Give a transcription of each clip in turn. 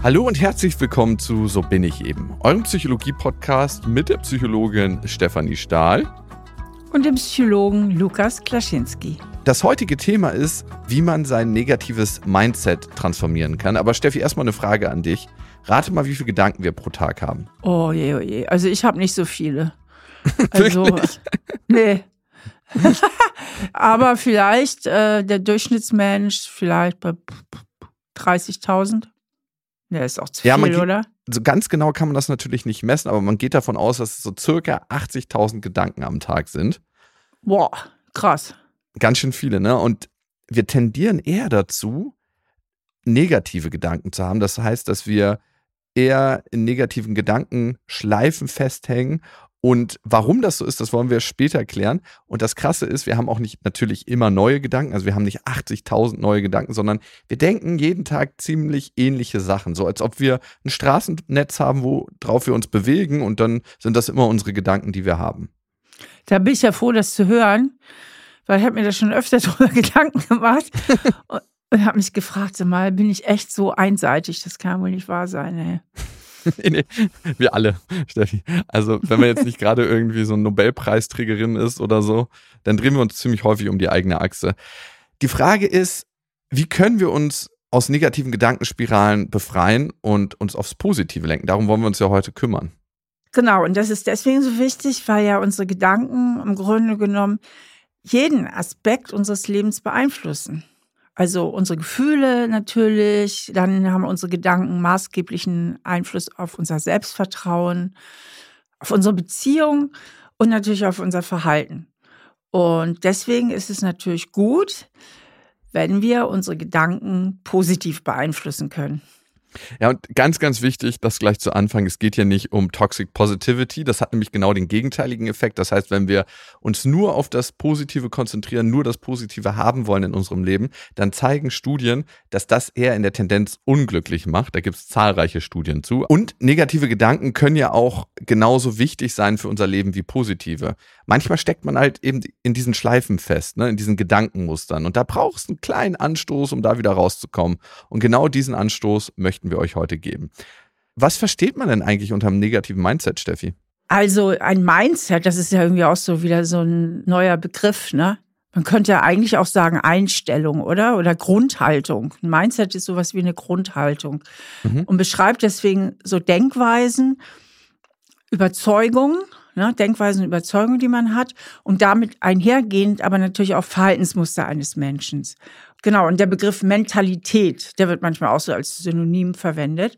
Hallo und herzlich willkommen zu So bin ich eben, eurem Psychologie-Podcast mit der Psychologin Stefanie Stahl und dem Psychologen Lukas Klaschinski. Das heutige Thema ist, wie man sein negatives Mindset transformieren kann. Aber Steffi, erstmal eine Frage an dich. Rate mal, wie viele Gedanken wir pro Tag haben. Oh je. Also ich habe nicht so viele. Also, nee. Aber vielleicht der Durchschnittsmensch vielleicht bei 30.000. Der ist auch zu viel, oder? So ganz genau kann man das natürlich nicht messen, aber man geht davon aus, dass es so circa 80.000 Gedanken am Tag sind. Boah, krass. Ganz schön viele, ne? Und wir tendieren eher dazu, negative Gedanken zu haben. Das heißt, dass wir eher in negativen Gedankenschleifen festhängen. Und warum das so ist, das wollen wir später klären. Und das Krasse ist, wir haben auch nicht natürlich immer neue Gedanken. Also wir haben nicht 80.000 neue Gedanken, sondern wir denken jeden Tag ziemlich ähnliche Sachen. So als ob wir ein Straßennetz haben, worauf wir uns bewegen. Und dann sind das immer unsere Gedanken, die wir haben. Da bin ich ja froh, das zu hören, weil ich habe mir da schon öfter drüber Gedanken gemacht. Und habe mich gefragt, so mal, bin ich echt so einseitig? Das kann wohl nicht wahr sein, ey. Nee, wir alle, Steffi. Also wenn man jetzt nicht gerade irgendwie so eine Nobelpreisträgerin ist oder so, dann drehen wir uns ziemlich häufig um die eigene Achse. Die Frage ist, wie können wir uns aus negativen Gedankenspiralen befreien und uns aufs Positive lenken? Darum wollen wir uns ja heute kümmern. Genau, und das ist deswegen so wichtig, weil ja unsere Gedanken im Grunde genommen jeden Aspekt unseres Lebens beeinflussen. Also unsere Gefühle natürlich, dann haben unsere Gedanken maßgeblichen Einfluss auf unser Selbstvertrauen, auf unsere Beziehung und natürlich auf unser Verhalten. Und deswegen ist es natürlich gut, wenn wir unsere Gedanken positiv beeinflussen können. Ja, und ganz, ganz wichtig, das gleich zu Anfang, es geht hier nicht um Toxic Positivity, das hat nämlich genau den gegenteiligen Effekt. Das heißt, wenn wir uns nur auf das Positive konzentrieren, nur das Positive haben wollen in unserem Leben, dann zeigen Studien, dass das eher in der Tendenz unglücklich macht. Da gibt es zahlreiche Studien zu. Und negative Gedanken können ja auch genauso wichtig sein für unser Leben wie positive. Manchmal steckt man halt eben in diesen Schleifen fest, ne, in diesen Gedankenmustern. Und da braucht es einen kleinen Anstoß, um da wieder rauszukommen. Und genau diesen Anstoß möchten wir euch heute geben. Was versteht man denn eigentlich unter einem negativen Mindset, Steffi? Also ein Mindset, das ist ja irgendwie auch so wieder so ein neuer Begriff, ne? Man könnte ja eigentlich auch sagen Einstellung, oder? Oder Grundhaltung. Ein Mindset ist sowas wie eine Grundhaltung. Und beschreibt deswegen so Denkweisen, Überzeugungen, ne? Denkweisen und Überzeugungen, die man hat. Und damit einhergehend aber natürlich auch Verhaltensmuster eines Menschen. Genau, und der Begriff Mentalität, der wird manchmal auch so als Synonym verwendet.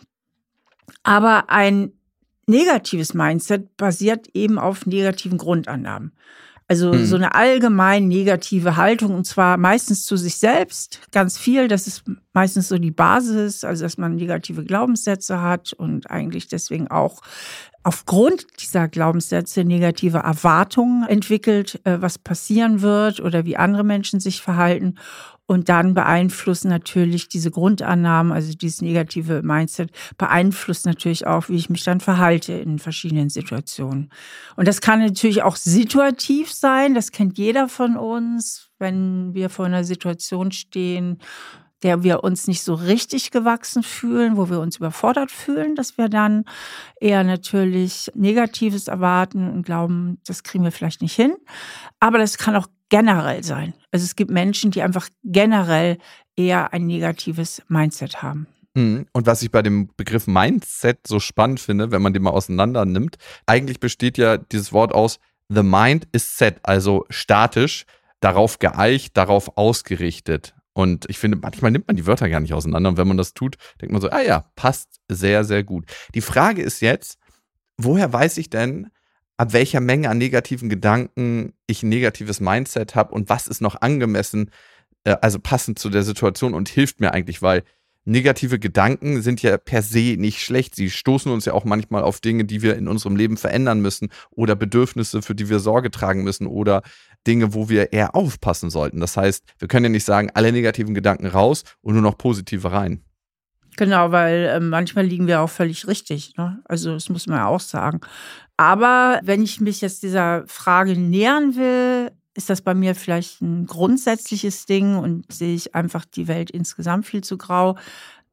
Aber ein negatives Mindset basiert eben auf negativen Grundannahmen. Also so eine allgemein negative Haltung, und zwar meistens zu sich selbst, ganz viel. Das ist meistens so die Basis, also dass man negative Glaubenssätze hat und eigentlich deswegen auch aufgrund dieser Glaubenssätze negative Erwartungen entwickelt, was passieren wird oder wie andere Menschen sich verhalten. Und dann beeinflussen natürlich diese Grundannahmen, also dieses negative Mindset, beeinflusst natürlich auch, wie ich mich dann verhalte in verschiedenen Situationen. Und das kann natürlich auch situativ sein, das kennt jeder von uns, wenn wir vor einer Situation stehen, der wir uns nicht so richtig gewachsen fühlen, wo wir uns überfordert fühlen, dass wir dann eher natürlich Negatives erwarten und glauben, das kriegen wir vielleicht nicht hin. Aber das kann auch generell sein. Also es gibt Menschen, die einfach generell eher ein negatives Mindset haben. Und was ich bei dem Begriff Mindset so spannend finde, wenn man den mal auseinander nimmt, eigentlich besteht ja dieses Wort aus the mind is set, also statisch, darauf geeicht, darauf ausgerichtet. Und ich finde, manchmal nimmt man die Wörter gar nicht auseinander. Und wenn man das tut, denkt man so, ah ja, passt sehr, sehr gut. Die Frage ist jetzt, woher weiß ich denn, ab welcher Menge an negativen Gedanken ich ein negatives Mindset habe und was ist noch angemessen, also passend zu der Situation und hilft mir eigentlich, weil negative Gedanken sind ja per se nicht schlecht. Sie stoßen uns ja auch manchmal auf Dinge, die wir in unserem Leben verändern müssen oder Bedürfnisse, für die wir Sorge tragen müssen oder Dinge, wo wir eher aufpassen sollten. Das heißt, wir können ja nicht sagen, alle negativen Gedanken raus und nur noch positive rein. Genau, weil manchmal liegen wir auch völlig richtig, ne? Also das muss man ja auch sagen. Aber wenn ich mich jetzt dieser Frage nähern will, ist das bei mir vielleicht ein grundsätzliches Ding und sehe ich einfach die Welt insgesamt viel zu grau.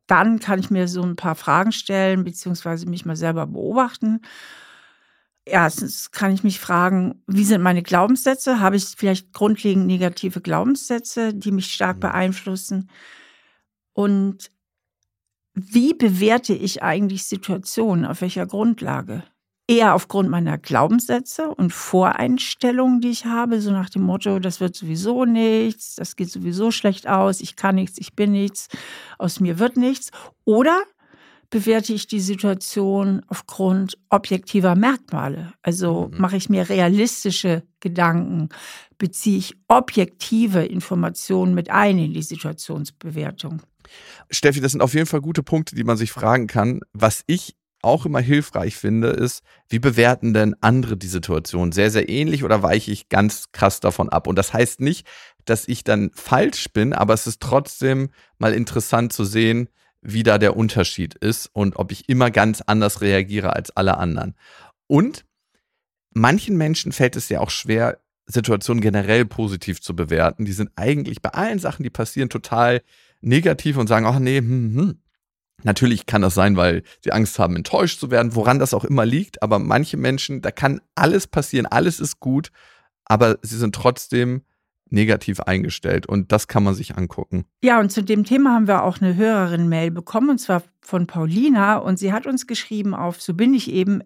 dann kann ich mir so ein paar Fragen stellen, beziehungsweise mich mal selber beobachten. Erstens kann ich mich fragen, wie sind meine Glaubenssätze? Habe ich vielleicht grundlegend negative Glaubenssätze, die mich stark beeinflussen? Und wie bewerte ich eigentlich Situationen? Auf welcher Grundlage? Eher aufgrund meiner Glaubenssätze und Voreinstellungen, die ich habe, so nach dem Motto, das wird sowieso nichts, das geht sowieso schlecht aus, ich kann nichts, ich bin nichts, aus mir wird nichts. Oder bewerte ich die Situation aufgrund objektiver Merkmale? Also mache ich mir realistische Gedanken, beziehe ich objektive Informationen mit ein in die Situationsbewertung? Steffi, das sind auf jeden Fall gute Punkte, die man sich fragen kann. Was ich auch immer hilfreich finde, ist, wie bewerten denn andere die Situation? Sehr, sehr ähnlich oder weiche ich ganz krass davon ab? Und das heißt nicht, dass ich dann falsch bin, aber es ist trotzdem mal interessant zu sehen, wie da der Unterschied ist und ob ich immer ganz anders reagiere als alle anderen. Und manchen Menschen fällt es ja auch schwer, Situationen generell positiv zu bewerten. Die sind eigentlich bei allen Sachen, die passieren, total negativ und sagen, ach nee, Natürlich kann das sein, weil sie Angst haben, enttäuscht zu werden, woran das auch immer liegt. Aber manche Menschen, da kann alles passieren, alles ist gut, aber sie sind trotzdem negativ eingestellt. Und das kann man sich angucken. Ja, und zu dem Thema haben wir auch eine Hörerin-Mail bekommen, und zwar von Paulina. Und sie hat uns geschrieben auf so bin ich eben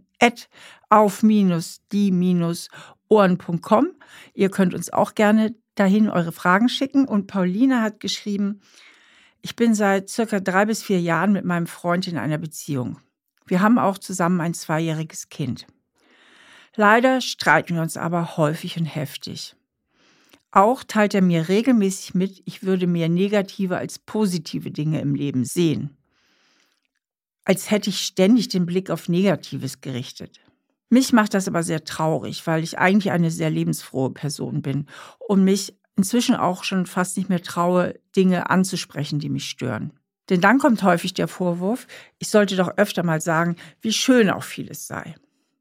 @auf-die-ohren.com. Ihr könnt uns auch gerne dahin eure Fragen schicken. Und Paulina hat geschrieben, ich bin seit circa 3 bis 4 Jahren mit meinem Freund in einer Beziehung. Wir haben auch zusammen ein 2-jähriges Kind. Leider streiten wir uns aber häufig und heftig. Auch teilt er mir regelmäßig mit, ich würde mehr negative als positive Dinge im Leben sehen. Als hätte ich ständig den Blick auf Negatives gerichtet. Mich macht das aber sehr traurig, weil ich eigentlich eine sehr lebensfrohe Person bin und mich inzwischen auch schon fast nicht mehr traue, Dinge anzusprechen, die mich stören. Denn dann kommt häufig der Vorwurf, ich sollte doch öfter mal sagen, wie schön auch vieles sei.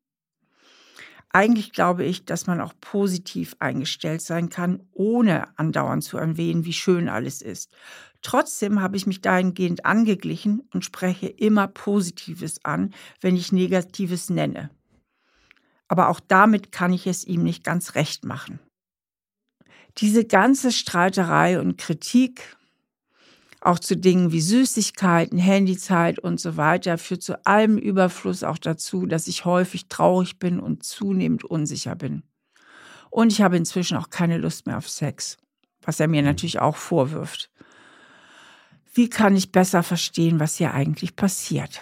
Eigentlich glaube ich, dass man auch positiv eingestellt sein kann, ohne andauernd zu erwähnen, wie schön alles ist. Trotzdem habe ich mich dahingehend angeglichen und spreche immer Positives an, wenn ich Negatives nenne. Aber auch damit kann ich es ihm nicht ganz recht machen. Diese ganze Streiterei und Kritik, auch zu Dingen wie Süßigkeiten, Handyzeit und so weiter, führt zu allem Überfluss auch dazu, dass ich häufig traurig bin und zunehmend unsicher bin. Und ich habe inzwischen auch keine Lust mehr auf Sex, was er mir natürlich auch vorwirft. Wie kann ich besser verstehen, was hier eigentlich passiert?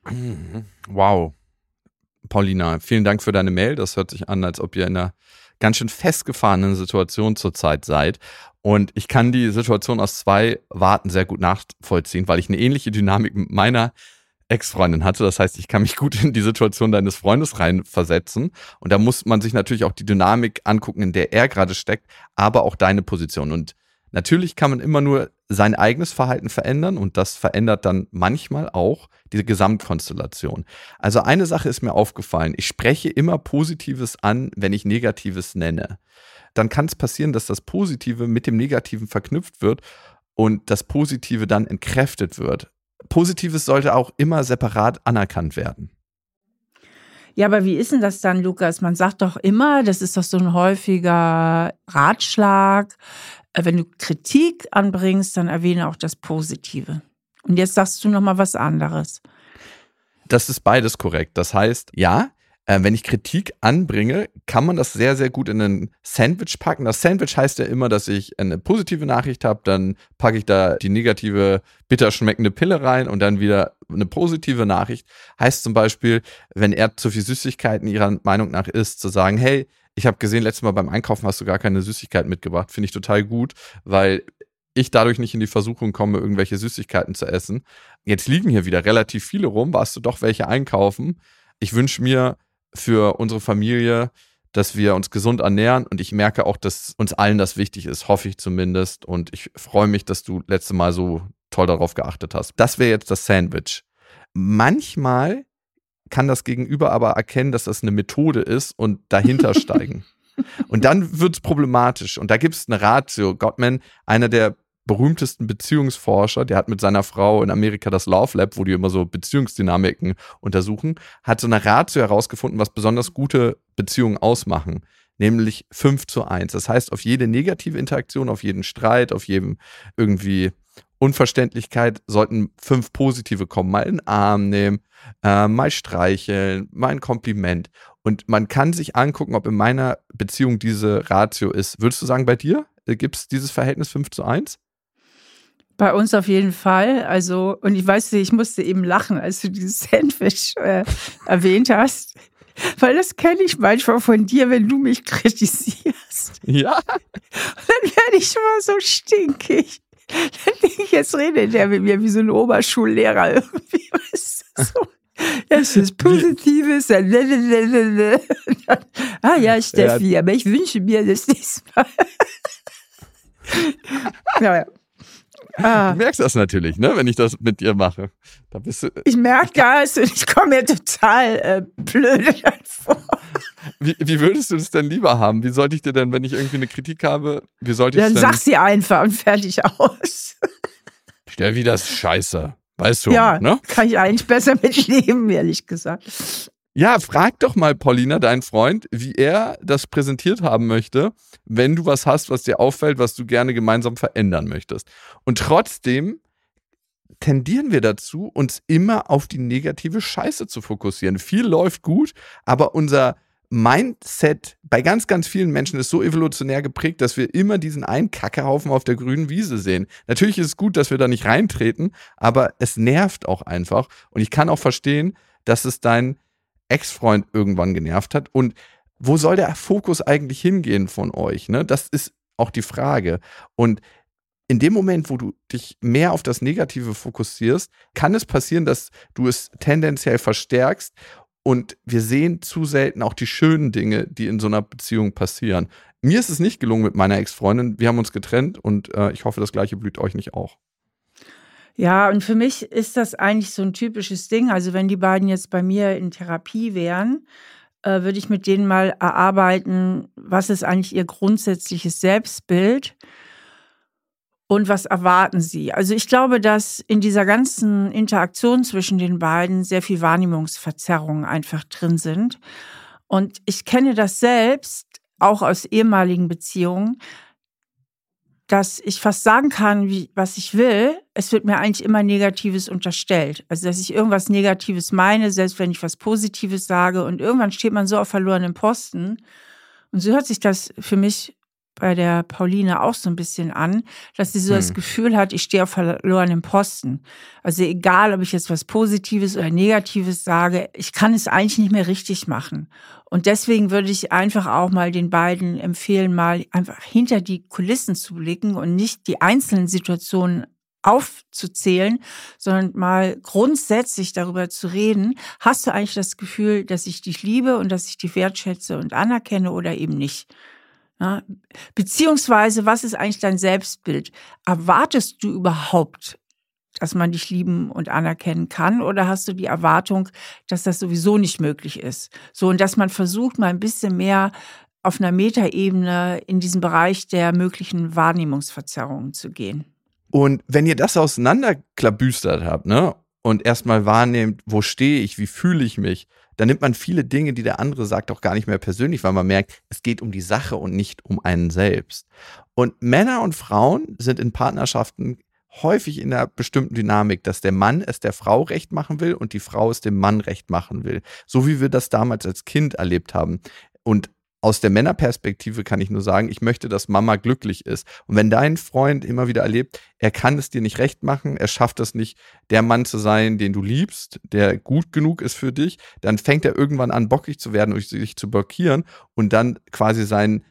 Wow. Paulina, vielen Dank für deine Mail. Das hört sich an, als ob ihr in einer ganz schön festgefahrenen Situation zurzeit seid. Und ich kann die Situation aus 2 Warten sehr gut nachvollziehen, weil ich eine ähnliche Dynamik mit meiner Ex-Freundin hatte. Das heißt, ich kann mich gut in die Situation deines Freundes reinversetzen. Und da muss man sich natürlich auch die Dynamik angucken, in der er gerade steckt, aber auch deine Position. Und natürlich kann man immer nur sein eigenes Verhalten verändern und das verändert dann manchmal auch diese Gesamtkonstellation. Also eine Sache ist mir aufgefallen, ich spreche immer Positives an, wenn ich Negatives nenne. Dann kann es passieren, dass das Positive mit dem Negativen verknüpft wird und das Positive dann entkräftet wird. Positives sollte auch immer separat anerkannt werden. Ja, aber wie ist denn das dann, Lukas? Man sagt doch immer, das ist doch so ein häufiger Ratschlag, wenn du Kritik anbringst, dann erwähne auch das Positive. Und jetzt sagst du nochmal was anderes. Das ist beides korrekt. Das heißt, ja, wenn ich Kritik anbringe, kann man das sehr, sehr gut in ein Sandwich packen. Das Sandwich heißt ja immer, dass ich eine positive Nachricht habe, dann packe ich da die negative, bitter schmeckende Pille rein und dann wieder eine positive Nachricht. Heißt zum Beispiel, wenn er zu viel Süßigkeiten ihrer Meinung nach isst, zu sagen, hey, ich habe gesehen, letztes Mal beim Einkaufen hast du gar keine Süßigkeiten mitgebracht. Finde ich total gut, weil ich dadurch nicht in die Versuchung komme, irgendwelche Süßigkeiten zu essen. Jetzt liegen hier wieder relativ viele rum, warst du doch welche einkaufen. Ich wünsche mir für unsere Familie, dass wir uns gesund ernähren und ich merke auch, dass uns allen das wichtig ist, hoffe ich zumindest und ich freue mich, dass du letztes Mal so toll darauf geachtet hast. Das wäre jetzt das Sandwich. Manchmal kann das Gegenüber aber erkennen, dass das eine Methode ist und dahinter steigen. Und dann wird es problematisch und da gibt es eine Ratio. Gottman, einer der berühmtesten Beziehungsforscher, der hat mit seiner Frau in Amerika das Love Lab, wo die immer so Beziehungsdynamiken untersuchen, hat so eine Ratio herausgefunden, was besonders gute Beziehungen ausmachen, nämlich 5:1. Das heißt, auf jede negative Interaktion, auf jeden Streit, auf jedem irgendwie Unverständlichkeit sollten 5 positive kommen. Mal in den Arm nehmen, mal streicheln, mal ein Kompliment. Und man kann sich angucken, ob in meiner Beziehung diese Ratio ist. Würdest du sagen, bei dir gibt es dieses Verhältnis 5:1? Bei uns auf jeden Fall. Also, und ich weiß nicht, ich musste eben lachen, als du dieses Sandwich erwähnt hast. Weil das kenne ich manchmal von dir, wenn du mich kritisierst. Ja. Dann werde ich immer so stinkig. Dann denke ich, jetzt redet der mit mir wie so ein Oberschullehrer irgendwie. Weißt du, so. Das ist Positives. Dann, ja, Steffi, aber ich wünsche mir das nächste Mal. Ja. Du merkst das natürlich, ne, wenn ich das mit dir mache. Da bist du, ich merke das und ich komme mir total blöde vor. Wie würdest du das denn lieber haben? Wie sollte ich dir denn, wenn ich irgendwie eine Kritik habe, wie sollte ich Dann denn... sag sie einfach und fertig aus. Steffi, das ist scheiße. Weißt du, ja, ne? Kann ich eigentlich besser mit leben, ehrlich gesagt. Ja, frag doch mal Paulina, deinen Freund, wie er das präsentiert haben möchte, wenn du was hast, was dir auffällt, was du gerne gemeinsam verändern möchtest. Und trotzdem tendieren wir dazu, uns immer auf die negative Scheiße zu fokussieren. Viel läuft gut, aber unser Mindset bei ganz, ganz vielen Menschen ist so evolutionär geprägt, dass wir immer diesen einen Kackehaufen auf der grünen Wiese sehen. Natürlich ist es gut, dass wir da nicht reintreten, aber es nervt auch einfach. Und ich kann auch verstehen, dass es dein Ex-Freund irgendwann genervt hat. Und wo soll der Fokus eigentlich hingehen von euch? Ne? Das ist auch die Frage. Und in dem Moment, wo du dich mehr auf das Negative fokussierst, kann es passieren, dass du es tendenziell verstärkst. Und wir sehen zu selten auch die schönen Dinge, die in so einer Beziehung passieren. Mir ist es nicht gelungen mit meiner Ex-Freundin. Wir haben uns getrennt und ich hoffe, das Gleiche blüht euch nicht auch. Ja, und für mich ist das eigentlich so ein typisches Ding. Also wenn die beiden jetzt bei mir in Therapie wären, würde ich mit denen mal erarbeiten, was ist eigentlich ihr grundsätzliches Selbstbild und was erwarten sie. Also ich glaube, dass in dieser ganzen Interaktion zwischen den beiden sehr viel Wahrnehmungsverzerrungen einfach drin sind. Und ich kenne das selbst, auch aus ehemaligen Beziehungen, dass ich fast sagen kann, was ich will. Es wird mir eigentlich immer Negatives unterstellt. Also, dass ich irgendwas Negatives meine, selbst wenn ich was Positives sage. Und irgendwann steht man so auf verlorenem Posten. Und so hört sich das für mich bei der Pauline auch so ein bisschen an, dass sie so das Gefühl hat, ich stehe auf verlorenem Posten. Also egal, ob ich jetzt was Positives oder Negatives sage, ich kann es eigentlich nicht mehr richtig machen. Und deswegen würde ich einfach auch mal den beiden empfehlen, mal einfach hinter die Kulissen zu blicken und nicht die einzelnen Situationen aufzuzählen, sondern mal grundsätzlich darüber zu reden. Hast du eigentlich das Gefühl, dass ich dich liebe und dass ich dich wertschätze und anerkenne oder eben nicht? Ja, beziehungsweise, was ist eigentlich dein Selbstbild? Erwartest du überhaupt, dass man dich lieben und anerkennen kann? Oder hast du die Erwartung, dass das sowieso nicht möglich ist? So, und dass man versucht, mal ein bisschen mehr auf einer Metaebene in diesen Bereich der möglichen Wahrnehmungsverzerrungen zu gehen. Und wenn ihr das auseinanderklabüstert habt, ne, und erstmal wahrnehmt, wo stehe ich, wie fühle ich mich, dann nimmt man viele Dinge, die der andere sagt, auch gar nicht mehr persönlich, weil man merkt, es geht um die Sache und nicht um einen selbst. Und Männer und Frauen sind in Partnerschaften häufig in einer bestimmten Dynamik, dass der Mann es der Frau recht machen will und die Frau es dem Mann recht machen will. So wie wir das damals als Kind erlebt haben. Und aus der Männerperspektive kann ich nur sagen, ich möchte, dass Mama glücklich ist. Und wenn dein Freund immer wieder erlebt, er kann es dir nicht recht machen, er schafft es nicht, der Mann zu sein, den du liebst, der gut genug ist für dich, dann fängt er irgendwann an, bockig zu werden und sich zu blockieren und dann quasi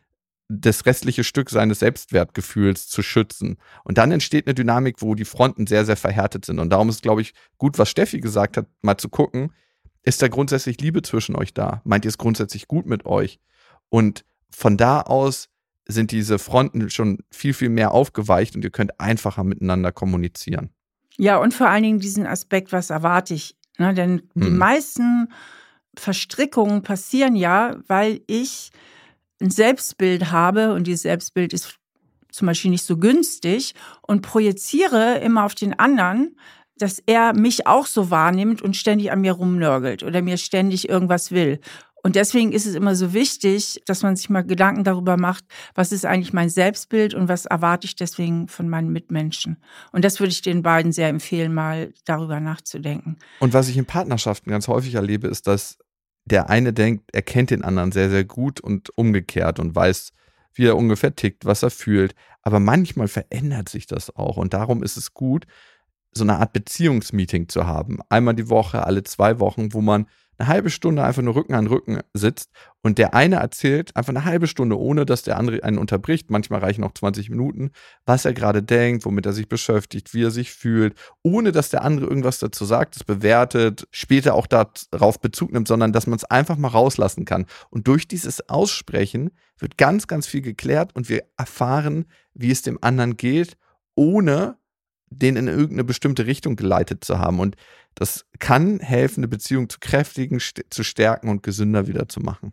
das restliche Stück seines Selbstwertgefühls zu schützen. Und dann entsteht eine Dynamik, wo die Fronten sehr, sehr verhärtet sind. Und darum ist, glaube ich, gut, was Steffi gesagt hat, mal zu gucken, ist da grundsätzlich Liebe zwischen euch da? Meint ihr es grundsätzlich gut mit euch? Und von da aus sind diese Fronten schon viel, viel mehr aufgeweicht und ihr könnt einfacher miteinander kommunizieren. Ja, und vor allen Dingen diesen Aspekt, was erwarte ich? Ne, denn die meisten Verstrickungen passieren ja, weil ich ein Selbstbild habe und dieses Selbstbild ist zum Beispiel nicht so günstig und projiziere immer auf den anderen, dass er mich auch so wahrnimmt und ständig an mir rumnörgelt oder mir ständig irgendwas will. Und deswegen ist es immer so wichtig, dass man sich mal Gedanken darüber macht, was ist eigentlich mein Selbstbild und was erwarte ich deswegen von meinen Mitmenschen. Und das würde ich den beiden sehr empfehlen, mal darüber nachzudenken. Und was ich in Partnerschaften ganz häufig erlebe, ist, dass der eine denkt, er kennt den anderen sehr, sehr gut und umgekehrt und weiß, wie er ungefähr tickt, was er fühlt. Aber manchmal verändert sich das auch. Und darum ist es gut, so eine Art Beziehungsmeeting zu haben. Einmal die Woche, alle 2 Wochen, wo man eine halbe Stunde einfach nur Rücken an Rücken sitzt und der eine erzählt einfach eine halbe Stunde, ohne dass der andere einen unterbricht. Manchmal reichen auch 20 Minuten, was er gerade denkt, womit er sich beschäftigt, wie er sich fühlt, ohne dass der andere irgendwas dazu sagt, es bewertet, später auch darauf Bezug nimmt, sondern dass man es einfach mal rauslassen kann. Und durch dieses Aussprechen wird ganz, ganz viel geklärt und wir erfahren, wie es dem anderen geht, ohne den in irgendeine bestimmte Richtung geleitet zu haben. Und das kann helfen, eine Beziehung zu kräftigen, zu stärken und gesünder wieder zu machen.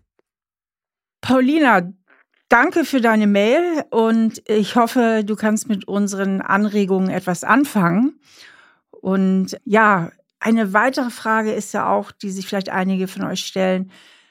Paulina, danke für deine Mail und ich hoffe, du kannst mit unseren Anregungen etwas anfangen. Und ja, eine weitere Frage ist ja auch, die sich vielleicht einige von euch stellen.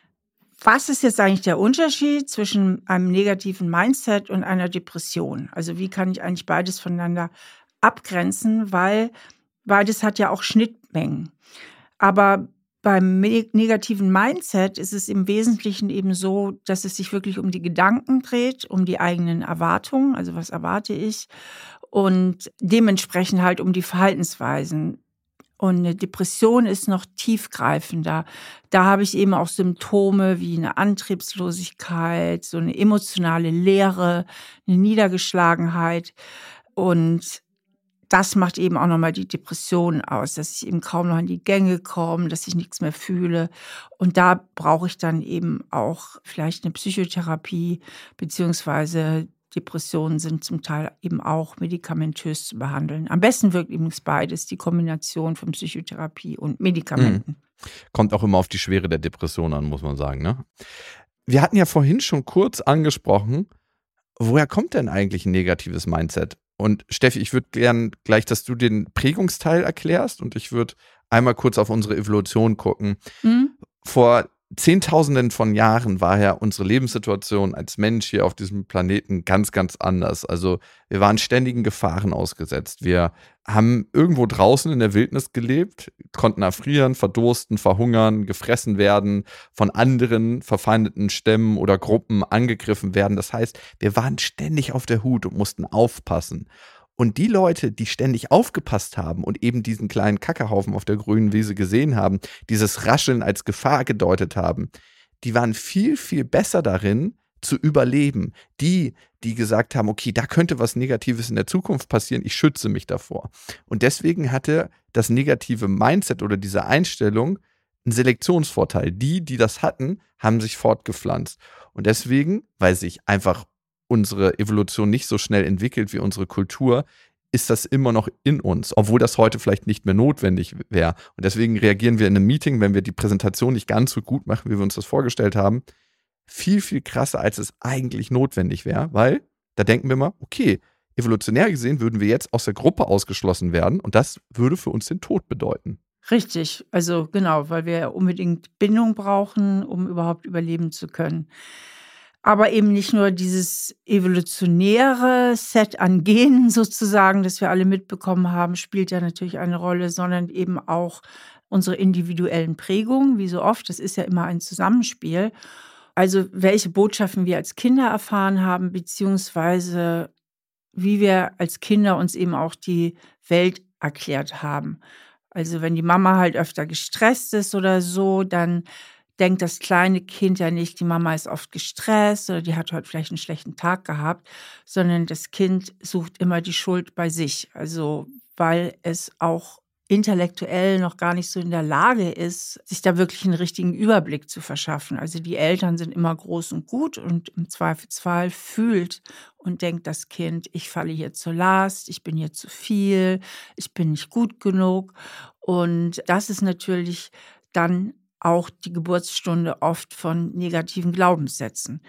Was ist jetzt eigentlich der Unterschied zwischen einem negativen Mindset und einer Depression? Also wie kann ich eigentlich beides voneinander abgrenzen, weil beides hat ja auch Schnittmengen. Aber beim negativen Mindset ist es im Wesentlichen eben so, dass es sich wirklich um die Gedanken dreht, um die eigenen Erwartungen, also was erwarte ich, und dementsprechend halt um die Verhaltensweisen. Und eine Depression ist noch tiefgreifender. Da habe ich eben auch Symptome wie eine Antriebslosigkeit, so eine emotionale Leere, eine Niedergeschlagenheit. Und das macht eben auch nochmal die Depression aus, dass ich eben kaum noch in die Gänge komme, dass ich nichts mehr fühle. Und da brauche ich dann eben auch vielleicht eine Psychotherapie, beziehungsweise Depressionen sind zum Teil eben auch medikamentös zu behandeln. Am besten wirkt übrigens beides, die Kombination von Psychotherapie und Medikamenten. Kommt auch immer auf die Schwere der Depression an, muss man sagen, ne? Wir hatten ja vorhin schon kurz angesprochen, woher kommt denn eigentlich ein negatives Mindset? Und Steffi, ich würde gern gleich, dass du den Prägungsteil erklärst und ich würde einmal kurz auf unsere Evolution gucken. Vor Zehntausenden von Jahren war ja unsere Lebenssituation als Mensch hier auf diesem Planeten ganz, ganz anders. Also wir waren ständigen Gefahren ausgesetzt. Wir haben irgendwo draußen in der Wildnis gelebt, konnten erfrieren, verdursten, verhungern, gefressen werden, von anderen verfeindeten Stämmen oder Gruppen angegriffen werden. Das heißt, wir waren ständig auf der Hut und mussten aufpassen. Und die Leute, die ständig aufgepasst haben und eben diesen kleinen Kackehaufen auf der grünen Wiese gesehen haben, dieses Rascheln als Gefahr gedeutet haben, die waren viel, viel besser darin, zu überleben. Die gesagt haben, okay, da könnte was Negatives in der Zukunft passieren, ich schütze mich davor. Und deswegen hatte das negative Mindset oder diese Einstellung einen Selektionsvorteil. Die das hatten, haben sich fortgepflanzt. Und deswegen, weil sich einfach unsere Evolution nicht so schnell entwickelt wie unsere Kultur, ist das immer noch in uns, obwohl das heute vielleicht nicht mehr notwendig wäre. Und deswegen reagieren wir in einem Meeting, wenn wir die Präsentation nicht ganz so gut machen, wie wir uns das vorgestellt haben, viel, viel krasser, als es eigentlich notwendig wäre, weil da denken wir mal, okay, evolutionär gesehen würden wir jetzt aus der Gruppe ausgeschlossen werden und das würde für uns den Tod bedeuten. Richtig, also genau, weil wir unbedingt Bindung brauchen, um überhaupt überleben zu können. Aber eben nicht nur dieses evolutionäre Set an Genen sozusagen, das wir alle mitbekommen haben, spielt ja natürlich eine Rolle, sondern eben auch unsere individuellen Prägungen, wie so oft. Das ist ja immer ein Zusammenspiel. Also welche Botschaften wir als Kinder erfahren haben, beziehungsweise wie wir als Kinder uns eben auch die Welt erklärt haben. Also wenn die Mama halt öfter gestresst ist oder so, dann denkt das kleine Kind ja nicht, die Mama ist oft gestresst oder die hat heute vielleicht einen schlechten Tag gehabt, sondern das Kind sucht immer die Schuld bei sich. Also weil es auch intellektuell noch gar nicht so in der Lage ist, sich da wirklich einen richtigen Überblick zu verschaffen. Also die Eltern sind immer groß und gut und im Zweifelsfall fühlt und denkt das Kind, ich falle hier zur Last, ich bin hier zu viel, ich bin nicht gut genug. Und das ist natürlich dann auch die Geburtsstunde oft von negativen Glaubenssätzen.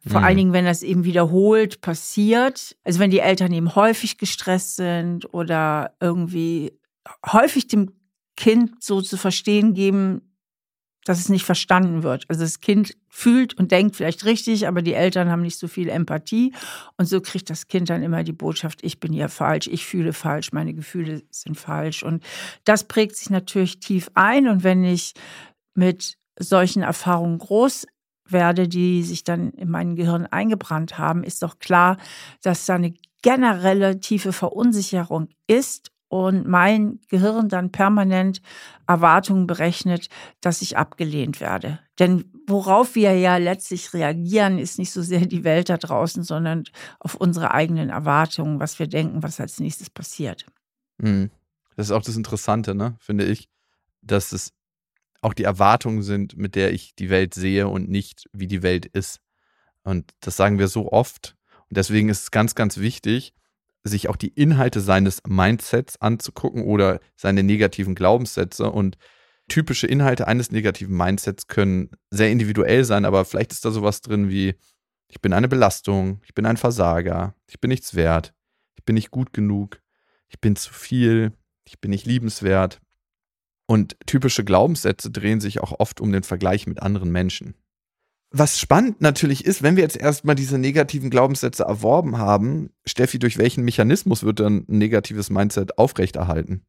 Vor allen Dingen, wenn das eben wiederholt passiert. Also wenn die Eltern eben häufig gestresst sind oder irgendwie häufig dem Kind so zu verstehen geben, dass es nicht verstanden wird. Also das Kind fühlt und denkt vielleicht richtig, aber die Eltern haben nicht so viel Empathie. Und so kriegt das Kind dann immer die Botschaft, ich bin hier falsch, ich fühle falsch, meine Gefühle sind falsch. Und das prägt sich natürlich tief ein. Und wenn ich mit solchen Erfahrungen groß werde, die sich dann in mein Gehirn eingebrannt haben, ist doch klar, dass da eine generelle tiefe Verunsicherung ist und mein Gehirn dann permanent Erwartungen berechnet, dass ich abgelehnt werde. Denn worauf wir ja letztlich reagieren, ist nicht so sehr die Welt da draußen, sondern auf unsere eigenen Erwartungen, was wir denken, was als nächstes passiert. Das ist auch das Interessante, ne, finde ich, dass es auch die Erwartungen sind, mit der ich die Welt sehe und nicht, wie die Welt ist. Und das sagen wir so oft. Und deswegen ist es ganz, ganz wichtig, sich auch die Inhalte seines Mindsets anzugucken oder seine negativen Glaubenssätze. Und typische Inhalte eines negativen Mindsets können sehr individuell sein, aber vielleicht ist da sowas drin wie, ich bin eine Belastung, ich bin ein Versager, ich bin nichts wert, ich bin nicht gut genug, ich bin zu viel, ich bin nicht liebenswert. Und typische Glaubenssätze drehen sich auch oft um den Vergleich mit anderen Menschen. Was spannend natürlich ist, wenn wir jetzt erstmal diese negativen Glaubenssätze erworben haben, Steffi, durch welchen Mechanismus wird dann ein negatives Mindset aufrechterhalten?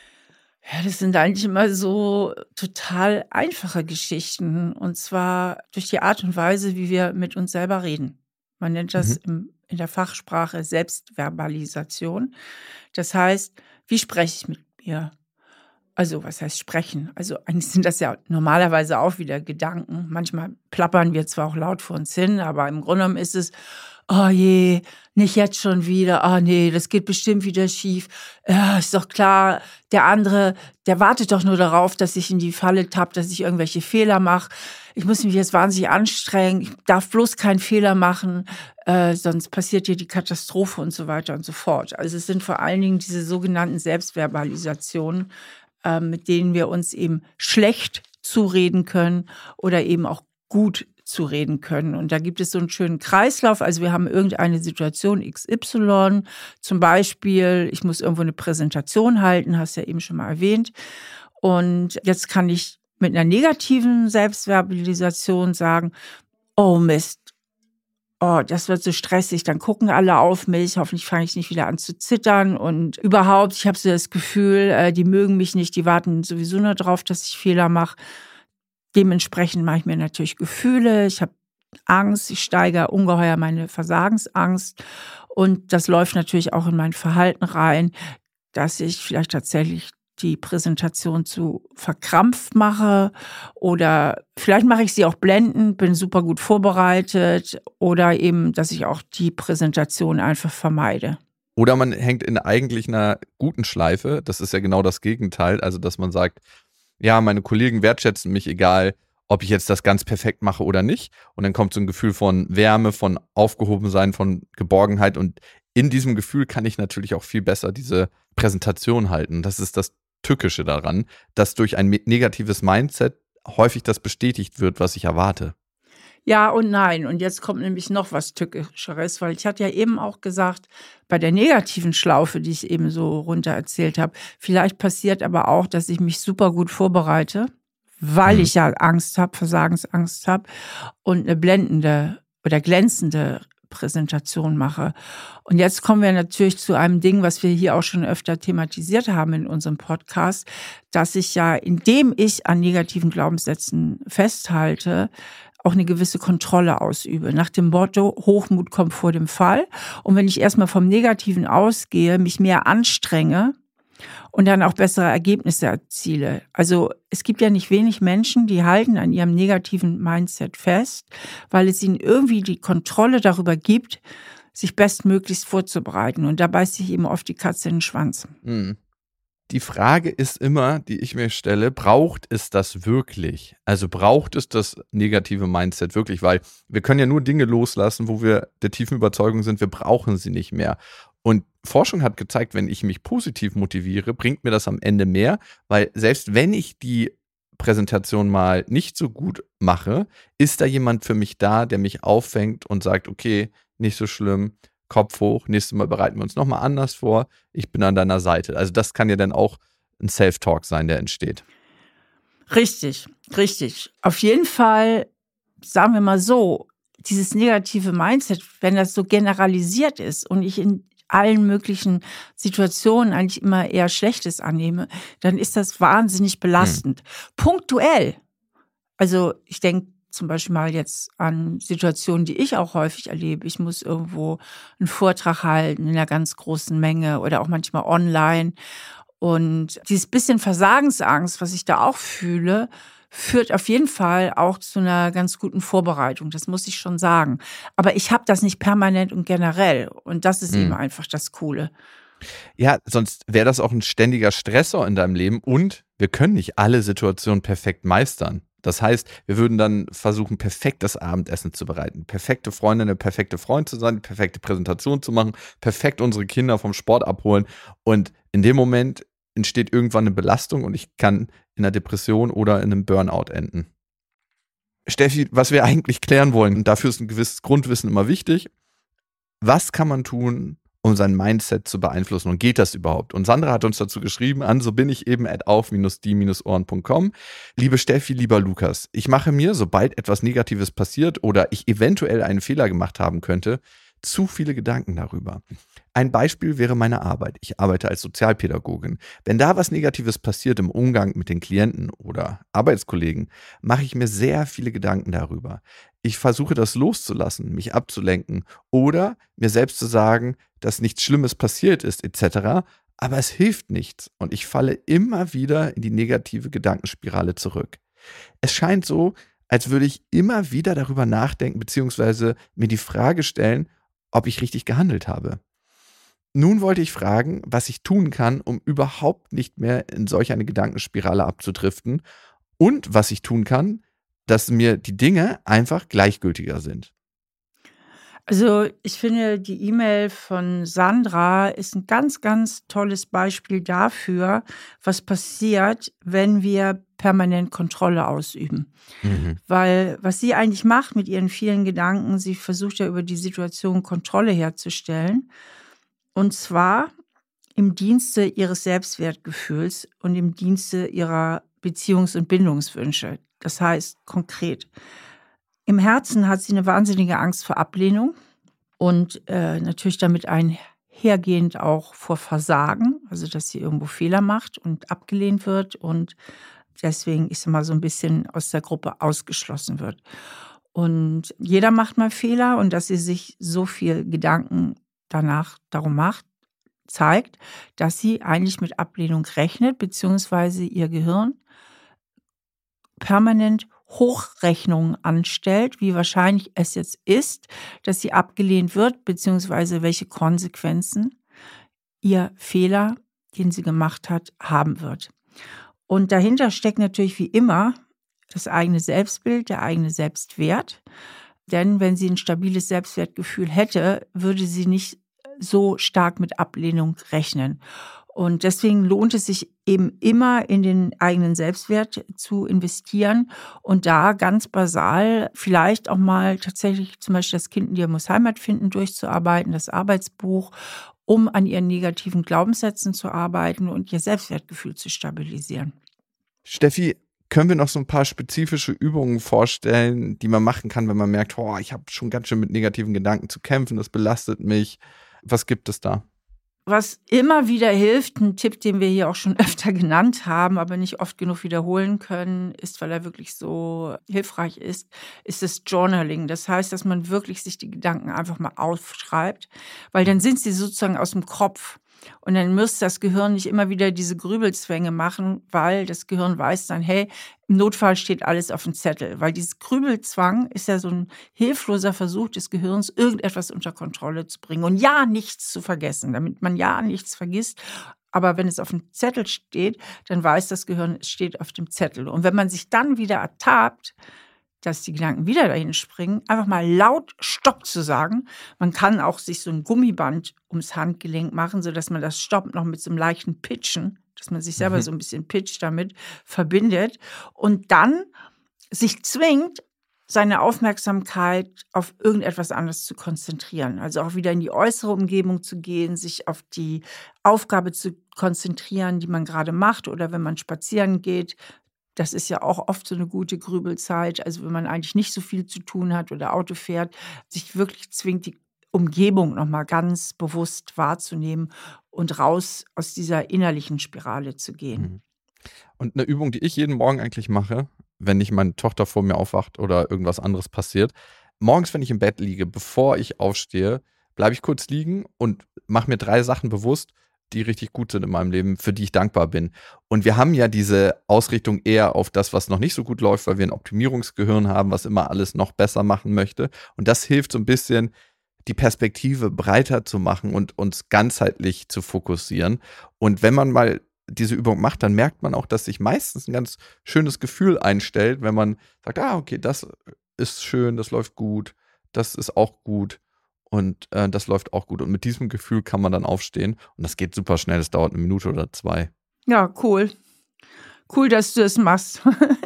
Ja, das sind eigentlich immer so total einfache Geschichten. Und zwar durch die Art und Weise, wie wir mit uns selber reden. Man nennt das in der Fachsprache Selbstverbalisation. Das heißt, wie spreche ich mit mir? Also, was heißt sprechen? Also, eigentlich sind das ja normalerweise auch wieder Gedanken. Manchmal plappern wir zwar auch laut vor uns hin, aber im Grunde genommen ist es, oh je, nicht jetzt schon wieder. Oh nee, das geht bestimmt wieder schief. Ja, ist doch klar, der andere, der wartet doch nur darauf, dass ich in die Falle tappe, dass ich irgendwelche Fehler mache. Ich muss mich jetzt wahnsinnig anstrengen. Ich darf bloß keinen Fehler machen, sonst passiert hier die Katastrophe und so weiter und so fort. Also, es sind vor allen Dingen diese sogenannten Selbstverbalisationen, mit denen wir uns eben schlecht zureden können oder eben auch gut zureden können. Und da gibt es so einen schönen Kreislauf. Also wir haben irgendeine Situation XY, zum Beispiel, ich muss irgendwo eine Präsentation halten, hast du ja eben schon mal erwähnt. Und jetzt kann ich mit einer negativen Selbstverbalisation sagen, oh Mist, oh, das wird so stressig, dann gucken alle auf mich, hoffentlich fange ich nicht wieder an zu zittern und überhaupt, ich habe so das Gefühl, die mögen mich nicht, die warten sowieso nur drauf, dass ich Fehler mache. Dementsprechend mache ich mir natürlich Gefühle, ich habe Angst, ich steigere ungeheuer meine Versagensangst und das läuft natürlich auch in mein Verhalten rein, dass ich vielleicht tatsächlich die Präsentation zu verkrampft mache oder vielleicht mache ich sie auch blendend, bin super gut vorbereitet oder eben, dass ich auch die Präsentation einfach vermeide. Oder man hängt in eigentlich einer guten Schleife, das ist ja genau das Gegenteil, also dass man sagt, ja, meine Kollegen wertschätzen mich, egal ob ich jetzt das ganz perfekt mache oder nicht. Und dann kommt so ein Gefühl von Wärme, von Aufgehobensein, von Geborgenheit und in diesem Gefühl kann ich natürlich auch viel besser diese Präsentation halten. Das ist das Tückische daran, dass durch ein negatives Mindset häufig das bestätigt wird, was ich erwarte. Ja und nein. Und jetzt kommt nämlich noch was Tückischeres, weil ich hatte ja eben auch gesagt, bei der negativen Schlaufe, die ich eben so runter erzählt habe, vielleicht passiert aber auch, dass ich mich super gut vorbereite, weil ich ja Angst habe, Versagensangst habe und eine blendende oder glänzende Präsentation mache. Und jetzt kommen wir natürlich zu einem Ding, was wir hier auch schon öfter thematisiert haben in unserem Podcast, dass ich ja, indem ich an negativen Glaubenssätzen festhalte, auch eine gewisse Kontrolle ausübe. Nach dem Motto, Hochmut kommt vor dem Fall. Und wenn ich erstmal vom Negativen ausgehe, mich mehr anstrenge und dann auch bessere Ergebnisse erziele. Also es gibt ja nicht wenig Menschen, die halten an ihrem negativen Mindset fest, weil es ihnen irgendwie die Kontrolle darüber gibt, sich bestmöglichst vorzubereiten. Und da beißt sich eben oft die Katze in den Schwanz. Die Frage ist immer, die ich mir stelle, braucht es das wirklich? Also braucht es das negative Mindset wirklich? Weil wir können ja nur Dinge loslassen, wo wir der tiefen Überzeugung sind, wir brauchen sie nicht mehr. Und Forschung hat gezeigt, wenn ich mich positiv motiviere, bringt mir das am Ende mehr, weil selbst wenn ich die Präsentation mal nicht so gut mache, ist da jemand für mich da, der mich auffängt und sagt, okay, nicht so schlimm, Kopf hoch, nächstes Mal bereiten wir uns nochmal anders vor, ich bin an deiner Seite. Also das kann ja dann auch ein Self-Talk sein, der entsteht. Richtig, richtig. Auf jeden Fall, sagen wir mal so, dieses negative Mindset, wenn das so generalisiert ist und ich in allen möglichen Situationen eigentlich immer eher Schlechtes annehme, dann ist das wahnsinnig belastend. Punktuell. Also ich denke zum Beispiel mal jetzt an Situationen, die ich auch häufig erlebe. Ich muss irgendwo einen Vortrag halten in einer ganz großen Menge oder auch manchmal online. Und dieses bisschen Versagensangst, was ich da auch fühle, führt auf jeden Fall auch zu einer ganz guten Vorbereitung. Das muss ich schon sagen. Aber ich habe das nicht permanent und generell. Und das ist eben einfach das Coole. Ja, sonst wäre das auch ein ständiger Stressor in deinem Leben und wir können nicht alle Situationen perfekt meistern. Das heißt, wir würden dann versuchen, perfekt das Abendessen zu bereiten, perfekte Freundin, der perfekte Freund zu sein, die perfekte Präsentation zu machen, perfekt unsere Kinder vom Sport abholen und in dem Moment entsteht irgendwann eine Belastung und ich kann in einer Depression oder in einem Burnout enden. Steffi, was wir eigentlich klären wollen, und dafür ist ein gewisses Grundwissen immer wichtig, was kann man tun, um sein Mindset zu beeinflussen und geht das überhaupt? Und Sandra hat uns dazu geschrieben an so bin ich eben @auf-die-ohren.com. Liebe Steffi, lieber Lukas, ich mache mir, sobald etwas Negatives passiert oder ich eventuell einen Fehler gemacht haben könnte, zu viele Gedanken darüber. Ein Beispiel wäre meine Arbeit. Ich arbeite als Sozialpädagogin. Wenn da was Negatives passiert im Umgang mit den Klienten oder Arbeitskollegen, mache ich mir sehr viele Gedanken darüber. Ich versuche das loszulassen, mich abzulenken oder mir selbst zu sagen, dass nichts Schlimmes passiert ist etc., aber es hilft nichts und ich falle immer wieder in die negative Gedankenspirale zurück. Es scheint so, als würde ich immer wieder darüber nachdenken bzw. mir die Frage stellen, ob ich richtig gehandelt habe. Nun wollte ich fragen, was ich tun kann, um überhaupt nicht mehr in solch eine Gedankenspirale abzudriften und was ich tun kann, dass mir die Dinge einfach gleichgültiger sind. Also ich finde, die E-Mail von Sandra ist ein ganz, ganz tolles Beispiel dafür, was passiert, wenn wir permanent Kontrolle ausüben. Weil was sie eigentlich macht mit ihren vielen Gedanken, sie versucht ja über die Situation Kontrolle herzustellen. Und zwar im Dienste ihres Selbstwertgefühls und im Dienste ihrer Beziehungs- und Bindungswünsche. Das heißt konkret, im Herzen hat sie eine wahnsinnige Angst vor Ablehnung und natürlich damit einhergehend auch vor Versagen, also dass sie irgendwo Fehler macht und abgelehnt wird und deswegen, ich sag mal, so ein bisschen aus der Gruppe ausgeschlossen wird. Und jeder macht mal Fehler und dass sie sich so viel Gedanken danach darum macht, zeigt, dass sie eigentlich mit Ablehnung rechnet, beziehungsweise ihr Gehirn permanent Hochrechnungen anstellt, wie wahrscheinlich es jetzt ist, dass sie abgelehnt wird, beziehungsweise welche Konsequenzen ihr Fehler, den sie gemacht hat, haben wird. Und dahinter steckt natürlich wie immer das eigene Selbstbild, der eigene Selbstwert. Denn wenn sie ein stabiles Selbstwertgefühl hätte, würde sie nicht so stark mit Ablehnung rechnen. Und deswegen lohnt es sich eben immer in den eigenen Selbstwert zu investieren und da ganz basal vielleicht auch mal tatsächlich zum Beispiel das Kind in dir muss Heimat finden durchzuarbeiten, das Arbeitsbuch, um an ihren negativen Glaubenssätzen zu arbeiten und ihr Selbstwertgefühl zu stabilisieren. Steffi, können wir noch so ein paar spezifische Übungen vorstellen, die man machen kann, wenn man merkt, oh, ich habe schon ganz schön mit negativen Gedanken zu kämpfen, das belastet mich. Was gibt es da? Was immer wieder hilft, ein Tipp, den wir hier auch schon öfter genannt haben, aber nicht oft genug wiederholen können, ist, weil er wirklich so hilfreich ist das Journaling. Das heißt, dass man wirklich sich die Gedanken einfach mal aufschreibt, weil dann sind sie sozusagen aus dem Kopf. Und dann muss das Gehirn nicht immer wieder diese Grübelzwänge machen, weil das Gehirn weiß dann, hey, im Notfall steht alles auf dem Zettel. Weil dieses Grübelzwang ist ja so ein hilfloser Versuch des Gehirns, irgendetwas unter Kontrolle zu bringen und ja nichts zu vergessen, damit man ja nichts vergisst. Aber wenn es auf dem Zettel steht, dann weiß das Gehirn, es steht auf dem Zettel. Und wenn man sich dann wieder ertappt, dass die Gedanken wieder dahin springen, einfach mal laut Stopp zu sagen. Man kann auch sich so ein Gummiband ums Handgelenk machen, sodass man das Stopp noch mit so einem leichten Pitchen dass man sich selber so ein bisschen Pitch damit verbindet und dann sich zwingt, seine Aufmerksamkeit auf irgendetwas anderes zu konzentrieren. Also auch wieder in die äußere Umgebung zu gehen, sich auf die Aufgabe zu konzentrieren, die man gerade macht oder wenn man spazieren geht. Das ist ja auch oft so eine gute Grübelzeit. Also wenn man eigentlich nicht so viel zu tun hat oder Auto fährt, sich wirklich zwingt, die Umgebung nochmal ganz bewusst wahrzunehmen und raus aus dieser innerlichen Spirale zu gehen. Und eine Übung, die ich jeden Morgen eigentlich mache, wenn nicht meine Tochter vor mir aufwacht oder irgendwas anderes passiert. Morgens, wenn ich im Bett liege, bevor ich aufstehe, bleibe ich kurz liegen und mache mir 3 Sachen bewusst, die richtig gut sind in meinem Leben, für die ich dankbar bin. Und wir haben ja diese Ausrichtung eher auf das, was noch nicht so gut läuft, weil wir ein Optimierungsgehirn haben, was immer alles noch besser machen möchte. Und das hilft so ein bisschen, die Perspektive breiter zu machen und uns ganzheitlich zu fokussieren. Und wenn man mal diese Übung macht, dann merkt man auch, dass sich meistens ein ganz schönes Gefühl einstellt, wenn man sagt, okay, das ist schön, das läuft gut, das ist auch gut und das läuft auch gut. Und mit diesem Gefühl kann man dann aufstehen und das geht super schnell, das dauert 1 Minute oder 2. Ja, cool. Cool, dass du das machst.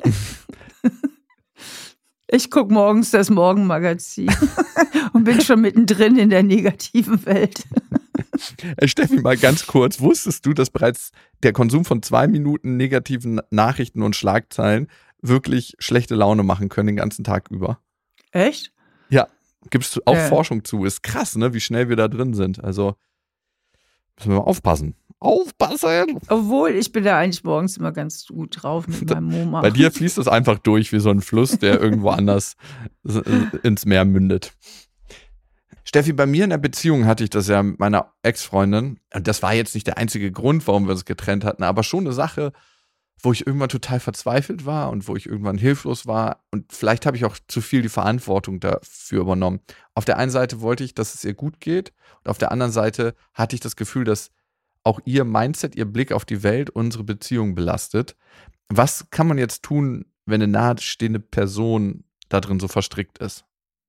Ich gucke morgens das Morgenmagazin und bin schon mittendrin in der negativen Welt. Steffi, mal ganz kurz, wusstest du, dass bereits der Konsum von 2 Minuten negativen Nachrichten und Schlagzeilen wirklich schlechte Laune machen können den ganzen Tag über? Echt? Ja, gibt es auch Forschung zu. Ist krass, ne, wie schnell wir da drin sind. Also müssen wir mal aufpassen. Aufpassen! Obwohl, ich bin da eigentlich morgens immer ganz gut drauf mit meinem MoMA. Bei dir fließt es einfach durch wie so ein Fluss, der irgendwo anders ins Meer mündet. Steffi, bei mir in der Beziehung hatte ich das ja mit meiner Ex-Freundin. Und das war jetzt nicht der einzige Grund, warum wir uns getrennt hatten, aber schon eine Sache, wo ich irgendwann total verzweifelt war und wo ich irgendwann hilflos war. Und vielleicht habe ich auch zu viel die Verantwortung dafür übernommen. Auf der einen Seite wollte ich, dass es ihr gut geht. Und auf der anderen Seite hatte ich das Gefühl, dass auch ihr Mindset, ihr Blick auf die Welt unsere Beziehung belastet. Was kann man jetzt tun, wenn eine nahestehende Person da drin so verstrickt ist?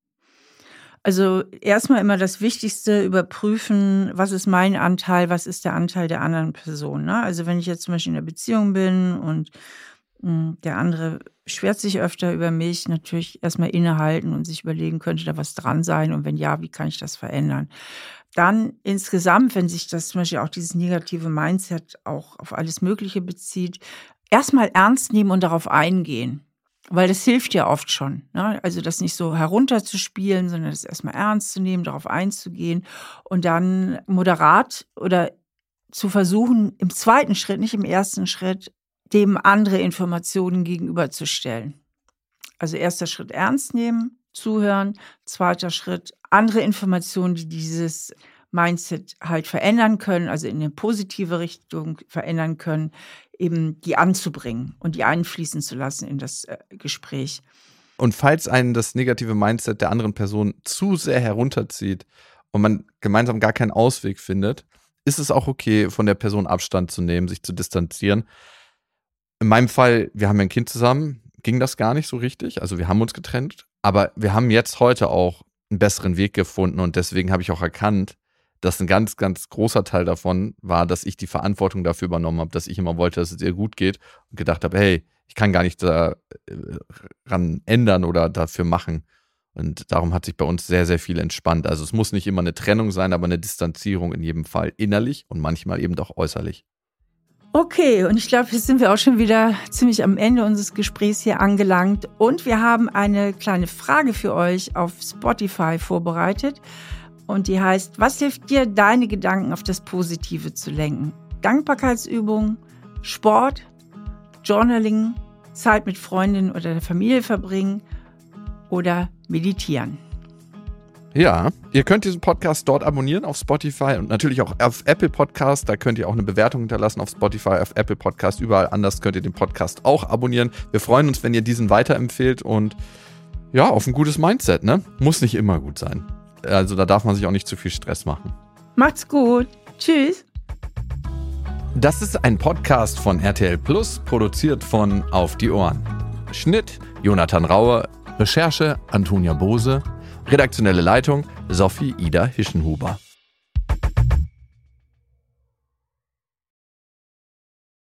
Also erstmal immer das Wichtigste, überprüfen, was ist mein Anteil, was ist der Anteil der anderen Person. Ne? Also wenn ich jetzt zum Beispiel in einer Beziehung bin und der andere beschwert sich öfter über mich, natürlich erstmal innehalten und sich überlegen, könnte da was dran sein und wenn ja, wie kann ich das verändern? Dann insgesamt, wenn sich das zum Beispiel auch dieses negative Mindset auch auf alles Mögliche bezieht, erstmal ernst nehmen und darauf eingehen. Weil das hilft ja oft schon. Ne? Also das nicht so herunterzuspielen, sondern das erstmal ernst zu nehmen, darauf einzugehen und dann moderat oder zu versuchen, im zweiten Schritt, nicht im ersten Schritt, dem andere Informationen gegenüberzustellen. Also erster Schritt ernst nehmen, zuhören, zweiter Schritt andere Informationen, die dieses Mindset halt verändern können, also in eine positive Richtung verändern können, eben die anzubringen und die einfließen zu lassen in das Gespräch. Und falls einen das negative Mindset der anderen Person zu sehr herunterzieht und man gemeinsam gar keinen Ausweg findet, ist es auch okay, von der Person Abstand zu nehmen, sich zu distanzieren. In meinem Fall, wir haben ja ein Kind zusammen, ging das gar nicht so richtig. Also wir haben uns getrennt, aber wir haben jetzt heute auch einen besseren Weg gefunden und deswegen habe ich auch erkannt, dass ein ganz, ganz großer Teil davon war, dass ich die Verantwortung dafür übernommen habe, dass ich immer wollte, dass es ihr gut geht und gedacht habe, hey, ich kann gar nicht daran ändern oder dafür machen. Und darum hat sich bei uns sehr, sehr viel entspannt. Also es muss nicht immer eine Trennung sein, aber eine Distanzierung in jedem Fall innerlich und manchmal eben doch äußerlich. Okay, und ich glaube, jetzt sind wir auch schon wieder ziemlich am Ende unseres Gesprächs hier angelangt. Und wir haben eine kleine Frage für euch auf Spotify vorbereitet. Und die heißt, was hilft dir, deine Gedanken auf das Positive zu lenken? Dankbarkeitsübungen, Sport, Journaling, Zeit mit Freundinnen oder der Familie verbringen oder meditieren. Ja, ihr könnt diesen Podcast dort abonnieren auf Spotify und natürlich auch auf Apple Podcast. Da könnt ihr auch eine Bewertung hinterlassen auf Spotify, auf Apple Podcast. Überall anders könnt ihr den Podcast auch abonnieren. Wir freuen uns, wenn ihr diesen weiterempfehlt und ja, auf ein gutes Mindset, ne? Muss nicht immer gut sein. Also da darf man sich auch nicht zu viel Stress machen. Macht's gut. Tschüss. Das ist ein Podcast von RTL Plus, produziert von Auf die Ohren. Schnitt Jonathan Raue, Recherche Antonia Bose, redaktionelle Leitung Sophie Ida Hischenhuber.